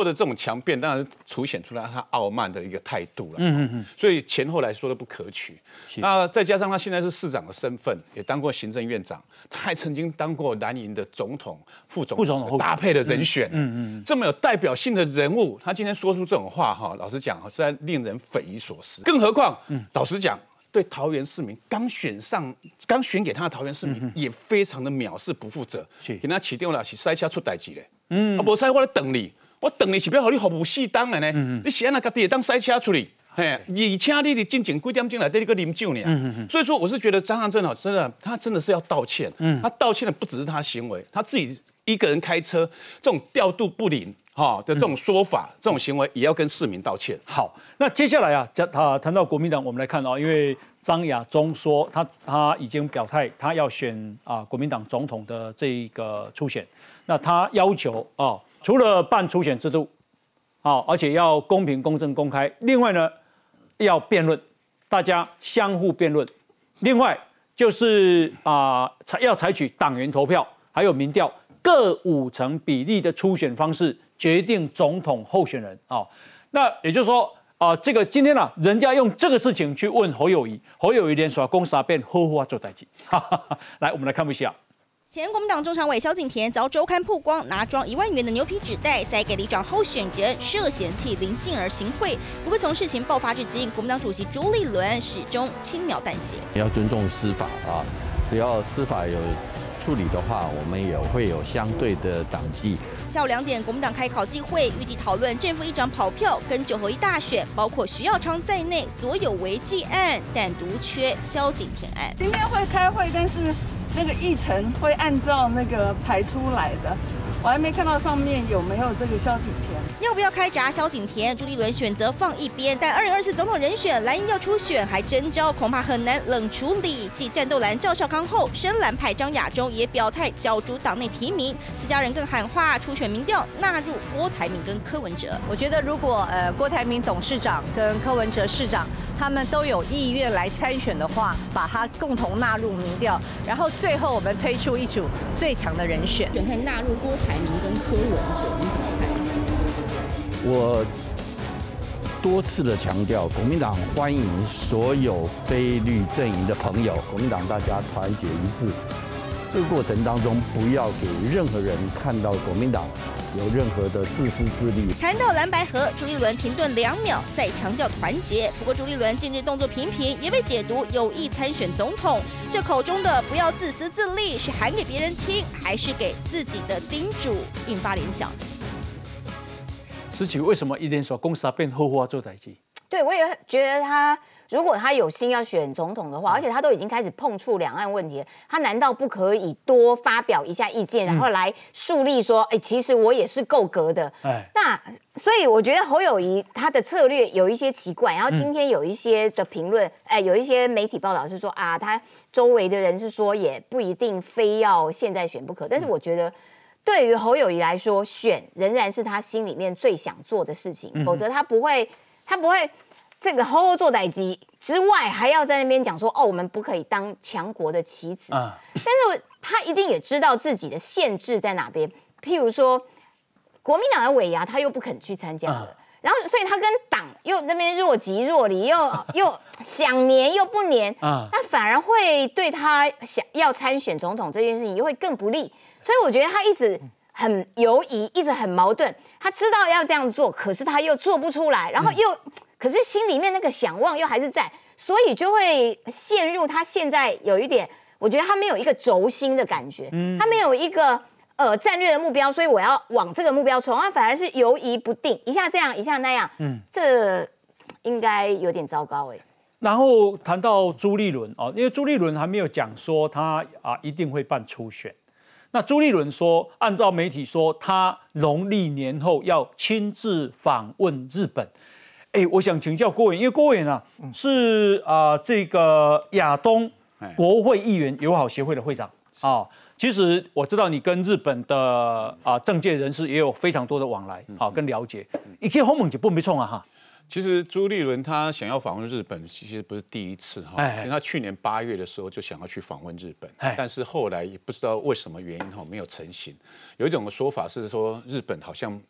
的这种强辩，当然是凸显出来他傲慢的一个态度了。所以前后来说都不可取。那再加上他现在是市长的身份，也当过行政院长，他还曾经当过蓝营的总统、副总统搭配的人选。这么有代表性的人物，他今天说出这种话哈，老实讲实在令人匪夷所思。更何况，老实讲。对桃园市民刚选给他的桃园市民也非常的藐视不负责，给他起掉了是塞车出代志嘞，无塞我来等你，我等你是要让你服务适当的呢，你是安那家己会当塞车出去，而且你的进前几点钟来，你个啉酒呢，所以说我是觉得张汉正真的他真的是要道歉，他道歉的不只是他行为，他自己一个人开车这种调度不灵。的这种说法、这种行为也要跟市民道歉。 好，那接下来啊，谈到国民党，我们来看因为张亚中说他已经表态，他要选国民党总统的这一个初选。那他要求除了办初选制度，而且要公平、公正、公开。另外呢，要辩论，大家相互辩论。另外就是要采取党员投票，还有民调各50%比例的初选方式。决定总统候选人那也就是说这个今天人家用这个事情去问侯友宜，侯友宜连说讲三遍好好做代志。来，我们来看一下。 前国民党中常委萧景田遭周刊曝光拿装1万元的牛皮纸袋塞给里长候选人，涉嫌替林杏儿行贿。不过从事情爆发至今，国民党主席朱立伦始终轻描淡写。 要尊重司法只要司法有处理的话，我们也会有相对的党纪。 下午2点，国民党开考纪会，预计讨论正副议长跑票跟9合1大选，包括徐耀昌在内所有违纪案，但独缺萧景田案。 今天会开会，但是那个议程会按照那个排出来的，我还没看到上面有没有这个萧景田。 要不要开闸萧景田？朱立伦选择放一边，但2024总统人选蓝营要初选，还征召，恐怕很难冷处理。继战斗蓝赵少康后，深蓝派张亚中也表态角逐党内提名，自家人更喊话初选民调纳入郭台铭跟柯文哲。 我觉得如果郭台铭董事长跟柯文哲市长他们都有意愿来参选的话，把它共同纳入民调，然后最后我们推出一组最强的人选， 选看纳入郭台铭跟柯文哲，你怎么看？ 我多次的强调，国民党欢迎所有非绿阵营的朋友，国民党大家团结一致。这个过程当中，不要给任何人看到国民党有任何的自私自利。 谈到蓝白合，朱立伦停顿2秒，再强调团结。不过朱立伦近日动作频频，也被解读有意参选总统。这口中的不要自私自利，是喊给别人听，还是给自己的叮嘱？引发联想。 思琪为什么一连说讲三遍好好做代志？ 对，我也觉得如果他有心要选总统的话，而且他都已经开始碰触两岸问题了，他难道不可以多发表一下意见，然后来树立说，其实我也是够格的。那所以我觉得侯友宜他的策略有一些奇怪，然后今天有一些的评论，有一些媒体报道是说他周围的人是说也不一定非要现在选不可，但是我觉得。对于侯友宜来说，选仍然是他心里面最想做的事情，否则他不会这个好好做代志之外，还要在那边讲说我们不可以当强国的棋子。但是他一定也知道自己的限制在哪边，譬如说国民党的尾牙他又不肯去参加了，然后所以他跟党又那边若即若离，又想黏又不黏，那反而会对他想要参选总统这件事情会更不利。所以我觉得他一直很犹疑，一直很矛盾。他知道要这样做，可是他又做不出来，然后可是心里面那个想望又还是在，所以就会陷入他现在有一点，我觉得他没有一个轴心的感觉，他没有一个战略的目标，所以我要往这个目标冲，他反而是犹疑不定，一下这样，一下那样，这应该有点糟糕然后谈到朱立伦因为朱立伦还没有讲说他一定会办初选。那朱立伦说，按照媒体说，他农历年后要亲自访问日本。我想请教郭委员，因为郭委员是这个亚东国会议员友好协会的会长其实我知道你跟日本的政界人士也有非常多的往来跟了解。你可以访问就不没冲哈。 其实朱立伦他想要访问日本，其实不是第一次其实他去年8月的时候就想要去访问日本，但是后来也不知道为什么原因没有成行。有一种说法是说日本好像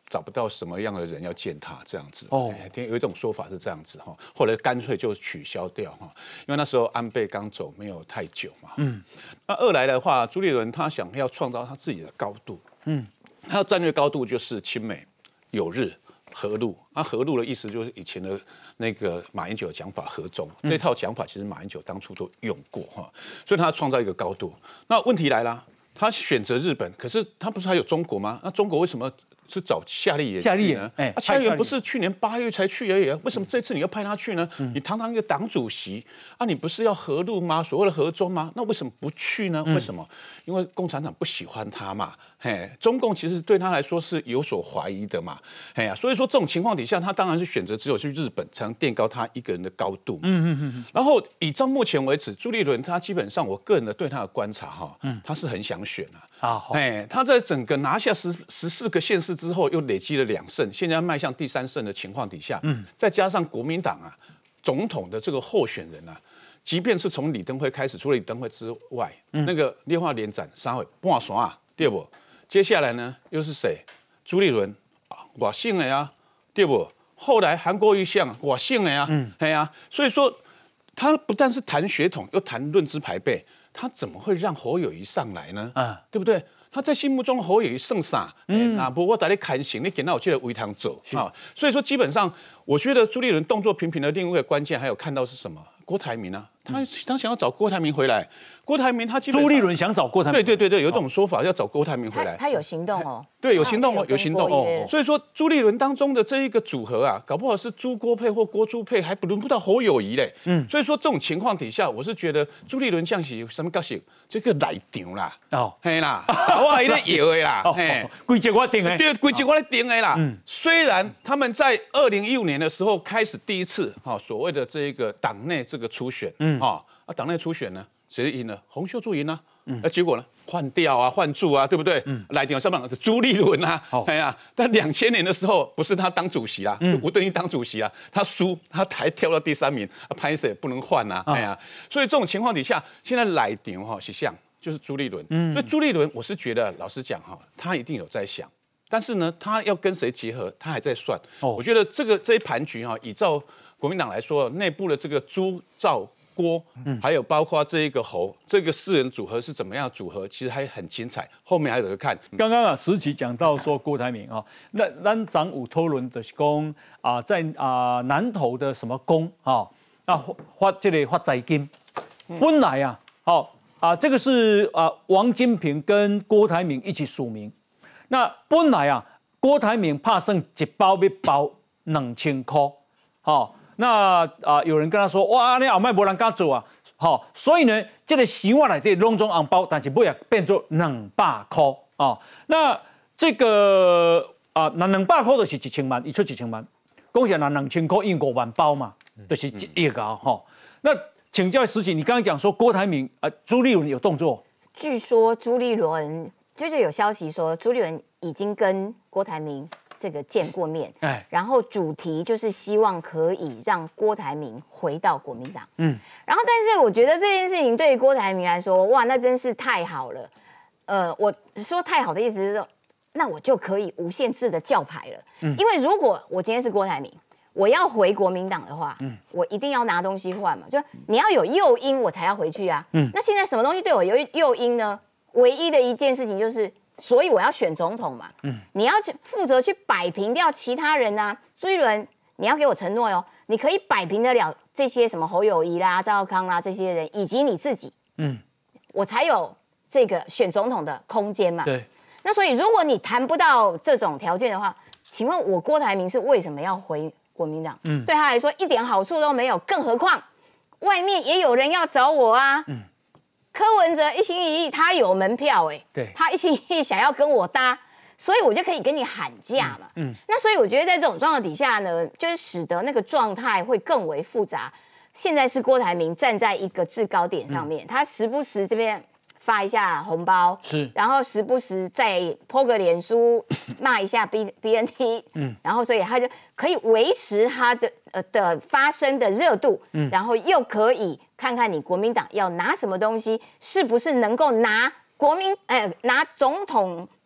找不到什么样的人要见他这样子。哦，有一种说法是这样子哈，后来干脆就取消掉哈，因为那时候安倍刚走没有太久嘛。那二来的话，朱立伦他想要创造他自己的高度。他的战略高度就是亲美、友日、和陆。和陆的意思就是以前的那个马英九的讲法，和中这套讲法，其实马英九当初都用过哈，所以他创造一个高度。那问题来了，他选择日本，可是他不是还有中国吗？那中国为什么是找夏立言去呢？夏立言不是去年8月才去而已，为什么这次你要派他去呢？你堂堂一个党主席啊，你不是要和陆吗？所谓的和中吗？那为什么不去呢？为什么？因为共产党不喜欢他嘛。中共其实对他来说是有所怀疑的嘛。所以说这种情况底下，他当然是选择只有去日本才能垫高他一个人的高度。然后以到目前为止，朱立伦他基本上我个人的对他的观察哈，他是很想选啊。他在整个拿下14个县市之后，又累积了2胜，现在迈向第3胜的情况底下，再加上国民党总统的这个候选人即便是从李登辉开始，除了李登辉之外，那个烈化连展3位半山对不？接下来呢又是谁？朱立伦我姓的呀，对不？后来韩国瑜像我姓的呀，所以说他不但是谈血统，又谈论资排辈，他怎么会让侯友宜上来呢？对不对？他在心目中侯友宜剩啥？那不过大家看行，你给到我记得微糖走啊。所以说基本上，我觉得朱立伦动作频频的另外一个关键，还有看到是什么？郭台铭他想要找郭台铭回来。郭台铭他基本上朱立伦想找郭台铭， 对，有一种说法要找郭台铭回来。 他有行动哦。 对，有行动哦，有行动哦。所以说朱立伦当中的这一个组合搞不好是朱郭配或郭朱配，还不轮不到侯友宜嘞。所以说这种情况底下，我是觉得朱立伦像是什么角色？这个内场啦，嘿啦，我还在摇的啦， 规则我定的， 对，规则我来定的啦。虽然他们在2015年的时候开始第一次所谓的这个党内这个初选，党内初选呢，谁赢了？洪秀柱赢了，结果呢？换调换柱对不对？来电上面的朱立伦但2000年的时候不是他当主席吴敦义当主席他输，他才跳到第3名，拍摄也不能换所以这种情况底下，现在来电是像就是朱立伦，所以朱立伦我是觉得老实讲他一定有在想，但是呢，他要跟谁结合，他还在算。我觉得这一盘局依照国民党来说，内部的这个朱赵郭，还有包括这一个侯，这个4人组合是怎么样的组合，其实还很精彩，后面还有得看。 刚刚时期讲到说郭台铭那咱长有讨论的是讲在南投的什么宫发这个发财金，本来这个是王金平跟郭台铭一起署名，那本来郭台铭怕剩一包要包2000块，那有人跟他说，哇，你后摆没人敢做所以呢，这个箱仔内底拢总红包，但是尾变做200块那这个那200块就是1000万，一出1000万，讲起来那2000块印5万包嘛，就是1亿那请教时期，你刚刚讲说郭台铭朱立伦有动作， 据说朱立伦就是有消息说朱立伦已经跟郭台铭这个见过面，然后主题就是希望可以让郭台铭回到国民党，然后但是我觉得这件事情对于郭台铭来说，哇，那真是太好了，我说太好的意思就是说，那我就可以无限制的叫牌了，因为如果我今天是郭台铭，我要回国民党的话，我一定要拿东西换嘛，就你要有诱因我才要回去那现在什么东西对我有诱因呢？唯一的一件事情就是。所以我要选总统嘛，你要负责去摆平掉其他人朱立伦，你要给我承诺你可以摆平得了这些什么侯友宜啦、赵少康啦这些人，以及你自己，我才有这个选总统的空间嘛。 对。 那所以如果你谈不到这种条件的话，请问我郭台铭是为什么要回国民党？对他来说一点好处都没有，更何况外面也有人要找我柯文哲1心1意，他有门票对， 他1心1意想要跟我搭，所以我就可以跟你喊价嘛。那所以我觉得在这种状况底下呢，就是使得那个状态会更为复杂。现在是郭台铭站在一个制高点上面，他时不时这边发一下红包，然后时不时再po个脸书骂一下 BNT，然后所以他就可以维持他的发声的热度，然后又可以看看你国民党要拿什么东西，是不是能够拿拿总统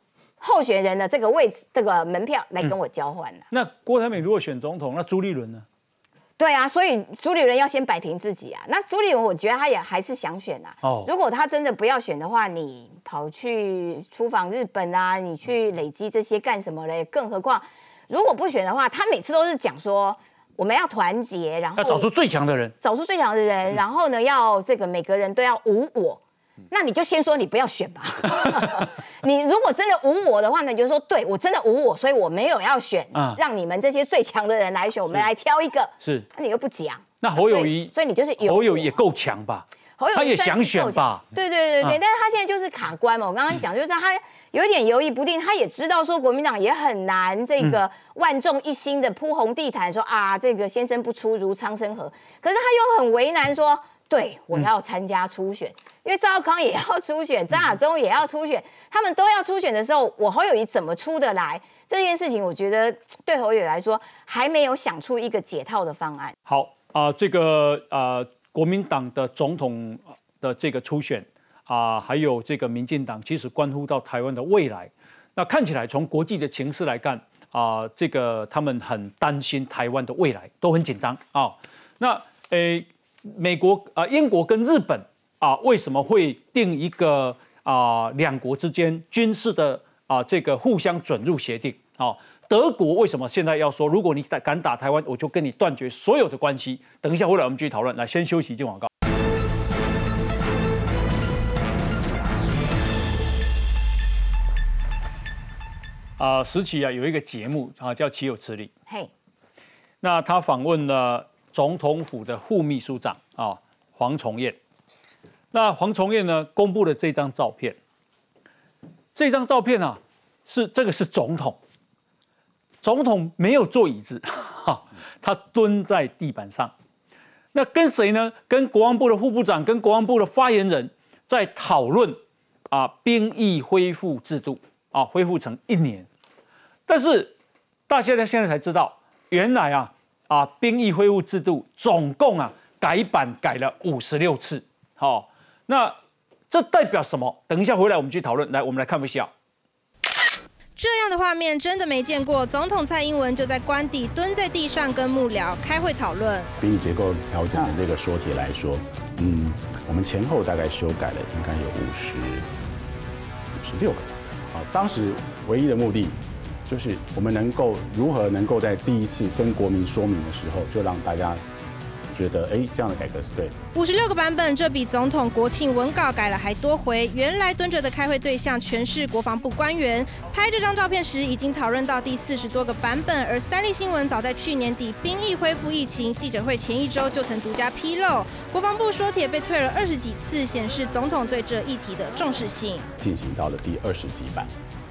候选人的这个位置、这个门票来跟我交换了。 那郭台铭如果选总统，那朱立伦呢？ 对啊，所以朱立伦要先摆平自己啊。那朱立伦，我觉得他也还是想选啊。哦，如果他真的不要选的话，你跑去出访日本啊，你去累积这些干什么嘞？更何况，如果不选的话，他每次都是讲说我们要团结，然后要找出最强的人， 然后呢，要这个每个人都要无我。那你就先说你不要选吧。你如果真的无我的话呢，你就说对我真的无我，所以我没有要选，让你们这些最强的人来选，我们来挑一个。 是， 那你又不讲。 那侯友宜， 所以你就是侯友宜也够强吧？他也想选吧？ 对，但是他现在就是卡关嘛。我刚刚讲就是他有点犹豫不定，他也知道说国民党也很难这个万众一心的铺红地毯，说啊这个先生不出如苍生何，可是他又很为难说。对，我要参加初选，因为赵康也要初选，张亚中也要初选，他们都要初选的时候，我侯友宜怎么出得来？这件事情，我觉得对侯友宜来说，还没有想出一个解套的方案。 好这个国民党的总统的这个初选还有这个民进党，其实关乎到台湾的未来。那看起来从国际的情势来看这个他们很担心台湾的未来，都很紧张那美国英国跟日本为什么会定一个两国之间军事的这个互相准入协定德国为什么现在要说，如果你敢打台湾，我就跟你断绝所有的关系？等一下回来我们继续讨论。来，先休息进广告。时期有一个节目叫《岂有此理》。嘿，那他访问了总统府的副秘书长黄崇彦。那黄崇彦呢公布了这张照片，这张照片这个是总统，总统没有坐椅子，他蹲在地板上。那跟谁呢？跟国防部的副部长、跟国防部的发言人在讨论兵役恢复制度恢复成1年。但是大家现在才知道，原来兵役恢复制度总共改版改了56次。那这代表什么？等一下回来我们去讨论。来，我们来看一下。 这样的画面真的没见过，总统蔡英文就在官邸蹲在地上跟幕僚开会讨论。 兵役结构调整的这个说帖来说，我们前后大概修改了应该有56个。当时唯一的目的就是我们如何能够在第一次跟国民说明的时候，就让大家觉得这样的改革是对的。 56个版本，这比总统国庆文稿改了还多回。原来蹲着的开会对象全是国防部官员。拍这张照片时，已经讨论到第40多个版本。而三立新闻早在去年底兵役恢复疫情记者会前1周就曾独家披露，国防部说帖被退了20几次，显示总统对这议题的重视性。 进行到了第20几版。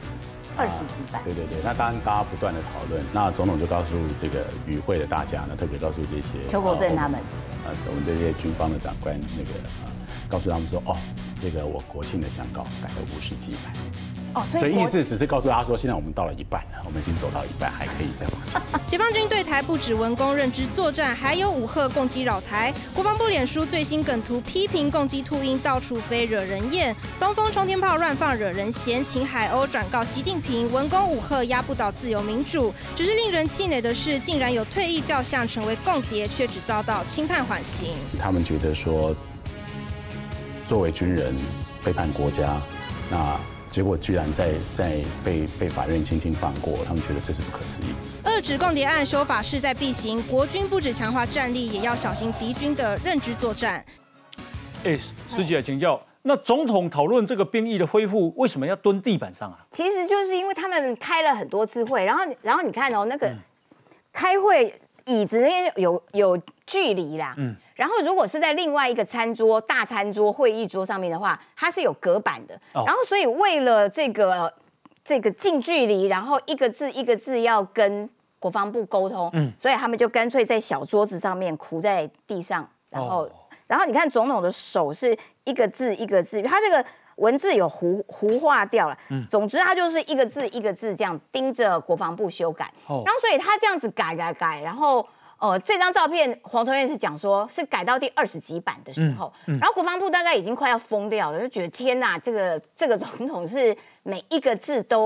20几版， 对，那当然大家不断的讨论，那总统就告诉这个与会的大家呢，特别告诉这些邱国正他们， 我们这些军方的长官告诉他们说，这个我国庆的讲稿改了50几版。所以意思只是告诉他说，现在我们到了1半了，我们已经走到1半，还可以再往前。 解放军对台不止文攻认知作战，还有武吓共机扰台。国防部脸书最新梗图批评共机秃鹰到处飞惹人厌，东风冲天炮乱放惹人嫌，请海鸥转告习近平，文攻武吓压不倒自由民主。只是令人气馁的是，竟然有退役将相成为共谍，却只遭到轻判缓刑。 他们觉得说，作为军人背叛国家，那结果居然在被法院轻轻放过，他们觉得这是不可思议。 遏止共谍案修法势在必行，国军不止强化战力，也要小心敌军的认知作战。 师姐请教，那总统讨论这个兵役的恢复，为什么要蹲地板上其实就是因为他们开了很多次会，然后你看那个开会椅子那边有距离啦。然后如果是在另外一个餐桌、大餐桌、会议桌上面的话，它是有隔板的。然后所以为了这个近距离，然后一个字一个字要跟国防部沟通，所以他们就干脆在小桌子上面糊在地上，然后你看总统的手是一个字一个字，他这个文字有糊化掉了。总之他就是一个字一个字这样盯着国防部修改，然后所以他这样子改，然后。这张照片黄崇彦是讲说，是改到第20几版的时候，然后国防部大概已经快要疯掉了，就觉得天哪，这个总统是每一个字都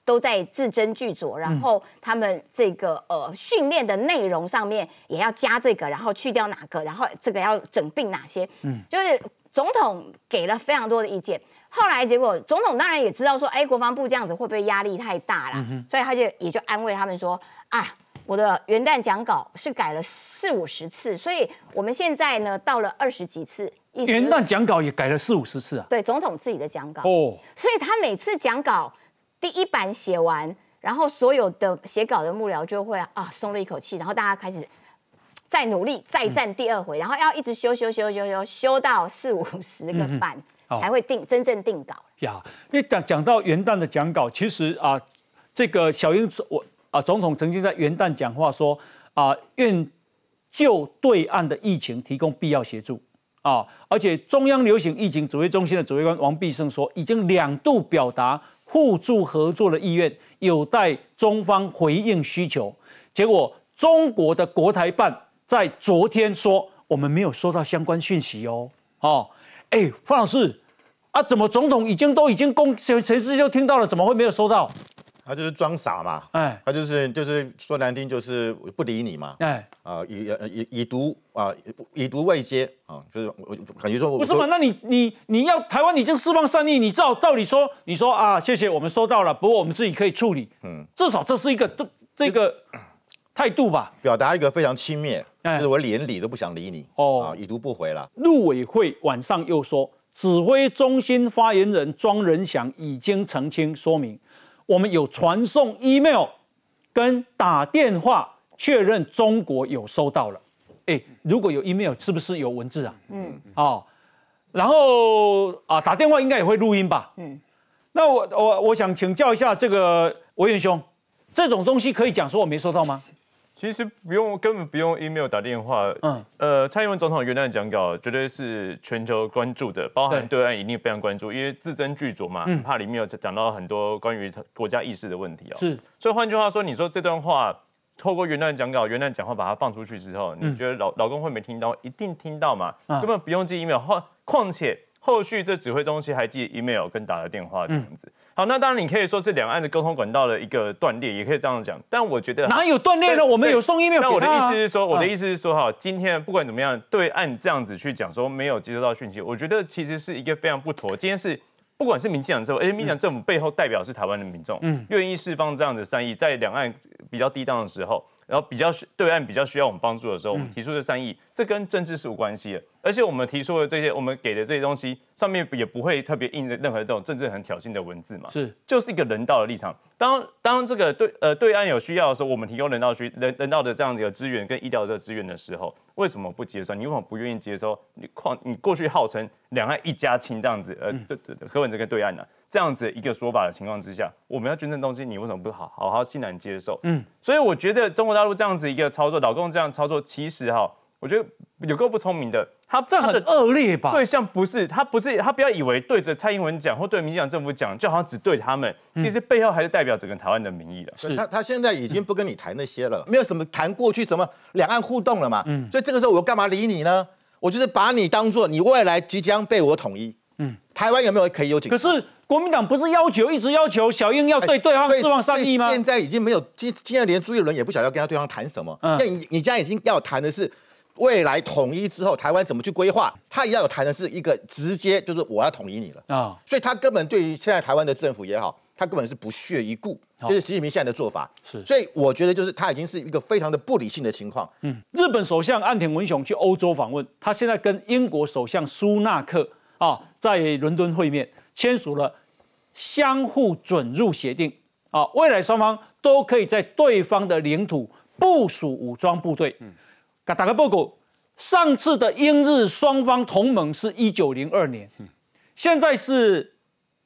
都在字斟句酌，然后他们这个训练的内容上面也要加这个，然后去掉哪个，然后这个要整并哪些，就是总统给了非常多的意见。后来结果总统当然也知道说，哎，国防部这样子会不会压力太大啦？所以他也就安慰他们说，啊，我的元旦讲稿是改了40-50次，所以我们现在呢到了20几次。 元旦讲稿也改了40-50次啊？ 对，总统自己的讲稿哦，所以他每次讲稿第一版写完，然后所有的写稿的幕僚就会松了一口气，然后大家开始再努力再战第2回，然后要一直修到40-50个版才会真正定稿呀。因为讲到元旦的讲稿，其实这个小英总统曾经在元旦讲话说愿就对岸的疫情提供必要协助。而且中央流行疫情指挥中心的指挥官王必胜说，已经2度表达互助合作的意愿，有待中方回应需求。结果中国的国台办在昨天说，我们没有收到相关讯息哦。方老师怎么总统都已经全世界都听到了，怎么会没有收到？ 他就是装傻嘛，他就是说难听就是不理你嘛，以毒未接就是我感觉说不是嘛？那你要台湾已经释放善意，你照理说你说谢谢我们收到了，不过我们自己可以处理，至少这是一个这个态度吧， 表达一个非常轻蔑，就是我连理都不想理你已读不回了。 陆委会晚上又说，指挥中心发言人庄仁祥已经澄清说明。我们有传送 email 跟打电话确认中国有收到了，如果有 email 是不是有文字啊？然后打电话应该也会录音吧？那我想请教一下这个维元兄，这种东西可以讲说我没收到吗？ 其实根本不用 email 打电话。蔡英文总统元旦讲稿绝对是全球关注的，包含对岸一定非常关注，因为字斟句酌嘛，怕里面有讲到很多关于国家意识的问题是， 所以换句话说，你说这段话透过元旦讲稿、元旦讲话把它放出去之后，你觉得老公会没听到？一定听到嘛，根本不用寄 email。况且后续这指挥中心还寄 email 跟打了电话这样子。好，那当然你可以说是两岸的沟通管道的一个断裂，也可以这样讲。但我觉得哪有断裂呢？我们有送 email 给他。 但我的意思是说，今天不管怎么样，对岸这样子去讲说没有接收到讯息，我觉得其实是一个非常不妥。今天是不管是民进党政府，民进党政府背后代表是台湾的民众，愿意释放这样的善意，在两岸比较低档的时候。然后对岸比较需要我们帮助的时候，我们提出的善意，这跟政治是无关系的。而且我们提出的这些，我们给的这些东西，上面也不会特别印任何这种政治很挑衅的文字嘛，就是一个人道的立场。当这个对岸有需要的时候，我们提供人道的这样的一个资源跟医疗的资源的时候，为什么不接受？你为什么不愿意接收？你过去号称两岸一家亲这样子，柯文哲跟对岸呢？这样子一个说法的情况之下，我们要捐赠东西，你为什么不好好欣然接受？所以我觉得中国大陆这样子一个操作，老共这样操作，其实我觉得有够不聪明的。 这很恶劣吧？ 对象不是他不要以为对着蔡英文讲或对民进党政府讲，就好像只对他们，其实背后还是代表整个台湾的民意了。他现在已经不跟你谈那些了，没有什么谈过去什么两岸互动了嘛。所以这个时候我干嘛理你呢？我就是把你当做你未来即将被我统一。台湾有没有可以有警察？ 可是国民党不是一直要求小英要对方释放善意吗？ 现在已经没有，现在连朱立伦也不晓得要跟对方谈什么。你现在已经要谈的是未来统一之后台湾怎么去规划，他也要有谈的是一个直接就是我要统一你了所以他根本对于现在台湾的政府也好，他根本是不屑一顾，就是习近平现在的做法。所以我觉得就是他已经是一个非常的不理性的情况。 日本首相岸田文雄去欧洲访问，他现在跟英国首相苏纳克在伦敦会面，签署了相互准入协定未来双方都可以在对方的领土部署武装部队。打个报告，上次的英日双方同盟是1902年，现在是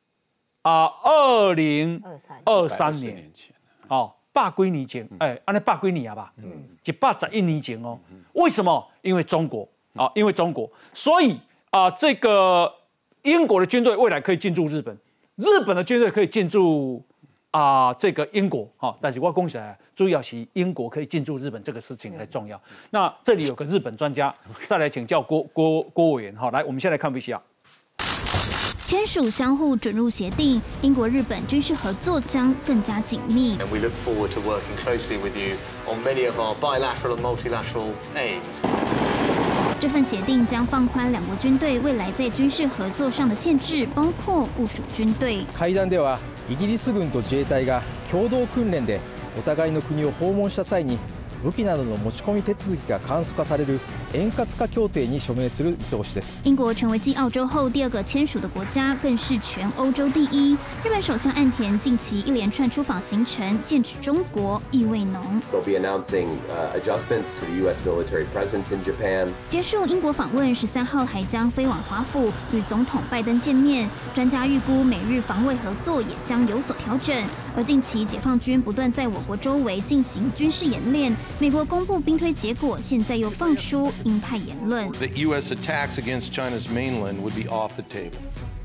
2023年，100几年前，安尼100几年吧，111年前哦。为什么？因为中国因为中国，所以这个英国的军队未来可以进驻日本，日本的军队可以进驻这个英国但是我讲起来，主要是英国可以进驻日本这个事情才重要。那这里有个日本专家，再来请教郭委员来，我们先来看 VCR。 签署相互准入协定，英国、日本军事合作将更加紧密。 And we look forward to working closely with you on many of our bilateral and multilateral aims. 这份协定将放宽两国军队未来在军事合作上的限制，包括部署军队。 会談では、イギリス軍と自衛隊が共同訓練でお互いの国を訪問した際に。武器などの持ち込み手続きが簡素化される円滑化協定に署名する見通しです。 英国成为继澳洲后第2个签署的国家，更是全欧洲第1。日本首相岸田近期一连串出访行程，剑指中国，意味浓。 They'll be announcing adjustments to the U.S. military presence in Japan. 结束英国访问，13号还将飞往华府与总统拜登见面。专家预估美日防卫合作也将有所调整。而近期解放军不断在我国周围进行军事演练。美国公布兵推结果，现在又放出鹰派言论。 That U.S. attacks against China's mainland would be off the table.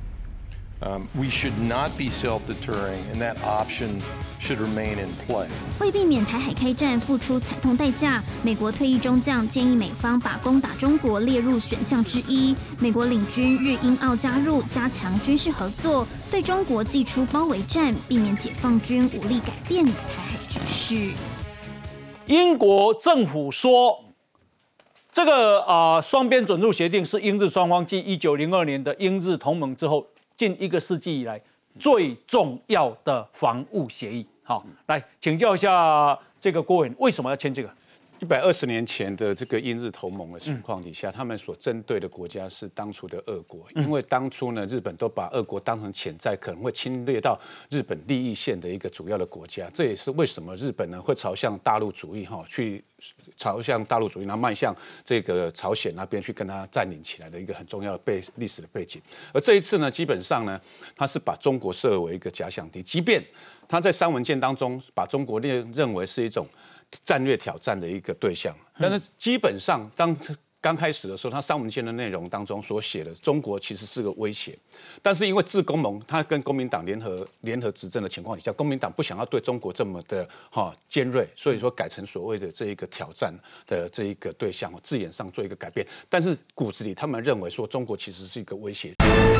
We should not be self-deterring, and that option should remain in play. 为避免台海开战付出惨痛代价，美国退役中将建议美方把攻打中国列入选项之一。美国领军日英澳加入，加强军事合作，对中国祭出包围战，避免解放军武力改变台海局势。 英国政府说，这个双边准入协定是英日双方继1902年的英日同盟之后，近1个世纪以来最重要的防务协议。好，来请教一下这个郭委员，为什么要签这个 ？120年前的这个英日同盟的情况底下，他们所针对的国家是当初的俄国，因为当初呢，日本都把俄国当成潜在可能会侵略到日本利益线的一个主要的国家，这也是为什么日本呢会朝向大陆主义去朝向大陆主义，然后迈向这个朝鲜那边去跟他占领起来的一个很重要的历史的背景。而这一次呢，基本上呢，他是把中国设为一个假想敌，即便他在3文件当中把中国认为是一种战略挑战的一个对象，但是基本上刚开始的时候，他3文件的内容当中所写的中国其实是个威胁，但是因为自公盟他跟国民党联合执政的情况底下，国民党不想要对中国这么的尖锐，所以说改成所谓的这一个挑战的这一个对象，字眼上做一个改变，但是骨子里他们认为说中国其实是一个威胁。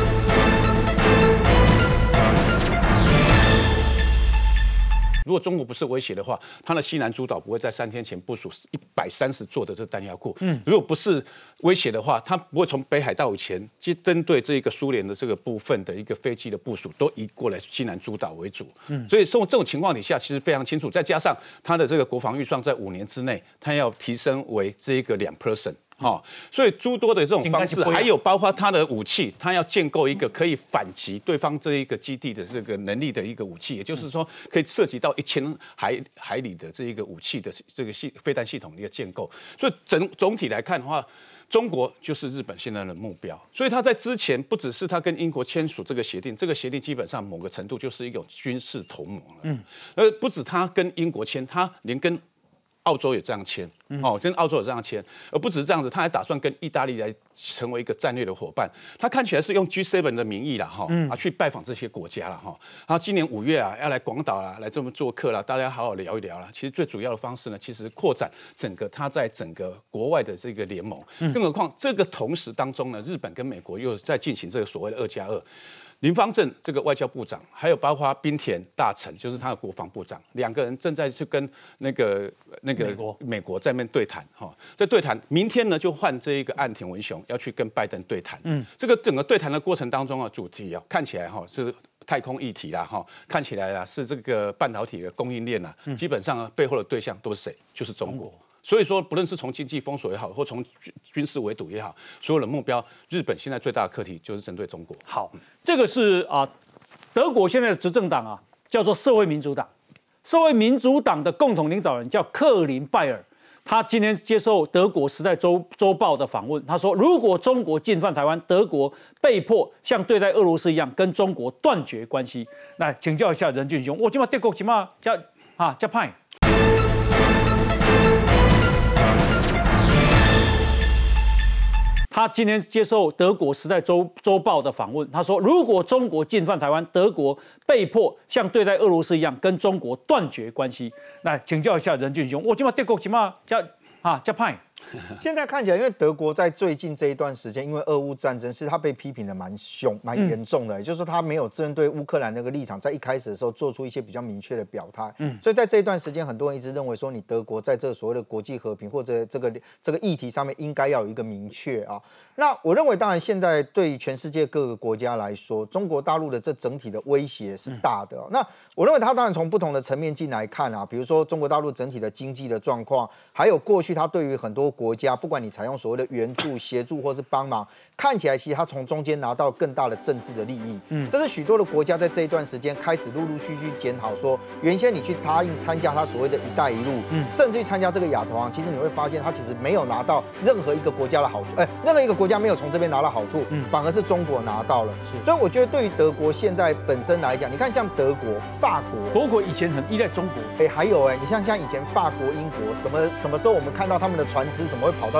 如果中国不是威胁的话，它的西南诸岛不会在3天前部署130座的这弹药库。如果不是威胁的话，它不会从北海道以前，针对这个苏联的这个部分的一个飞机的部署，都移过来西南诸岛为主。所以这种情况底下，其实非常清楚。再加上它的这个国防预算在5年之内，它要提升为这个2%。所以诸多的这种方式，还有包括它的武器，它要建构一个可以反击对方这一个基地的这个能力的一个武器，也就是说可以涉及到1000海里的这一个武器的这个飞弹系统的一个建构。所以总体来看的话，中国就是日本现在的目标。所以他在之前不只是他跟英国签署这个协定，这个协定基本上某个程度就是一种军事同盟了。不止他跟英国签，他连跟澳洲也这样签，跟澳洲也这样签，而不只是这样子，他还打算跟意大利来成为一个战略的伙伴。他看起来是用 G7 的名义啦，去拜访这些国家啦，然后今年5月要来广岛啦，来这么做客啦，大家好好聊一聊啦。其实最主要的方式呢，其实扩展他在整个国外的这个联盟，更何况这个同时当中呢，日本跟美国又在进行这个所谓的2+2。林芳正这个外交部长，还有包括滨田大臣，就是他的国防部长，2个人正在去跟那个美国在那边对谈在对谈，明天呢就换这一个岸田文雄要去跟拜登对谈。这个整个对谈的过程当中主题看起来是太空议题啦看起来是这个半导体的供应链基本上背后的对象都是谁？就是中国。所以说，不论是从经济封锁也好，或从军事围堵也好，所有的目标，日本现在最大的课题就是针对中国。 好，这个是德国现在的执政党叫做社会民主党。社会民主党的共同领导人叫克林拜尔，他今天接受德国《时代周报》的访问，他说，如果中国进犯台湾，德国被迫像对待俄罗斯一样，跟中国断绝关系。来请教一下任俊兄，我今嘛德国今嘛加派。他今天接受德国《时代周报》的访问，他说，如果中国进犯台湾，德国被迫像对待俄罗斯一样，跟中国断绝关系。来请教一下任俊兄，我今嘛德国今嘛加派。 现在看起来，因为德国在最近这一段时间，因为俄乌战争，是他被批评的蛮严重的，也就是说他没有针对乌克兰那个立场，在一开始的时候做出一些比较明确的表态。所以在这一段时间，很多人一直认为说，你德国在这所谓的国际和平或者这个议题上面，应该要有一个明确啊。那我认为，当然现在对于全世界各个国家来说，中国大陆的这整体的威胁是大的。那我认为它当然从不同的层面进来看啊，比如说中国大陆整体的经济的状况，还有过去它对于很多国家，不管你采用所谓的援助、协助或是帮忙，看起来其实它从中间拿到更大的政治的利益。这是许多的国家在这一段时间开始陆续检讨说，原先你去答应参加它所谓的一带一路，甚至去参加这个亚投行，其实你会发现它其实没有拿到任何一个国家的好处，任何一个国家没有从这边拿到好处，反而是中国拿到了。所以我觉得对于德国现在本身来讲，你看像德国、法国以前很依赖中国， 还有你像以前法国、英国，什么时候我们看到他们的船只怎么会跑到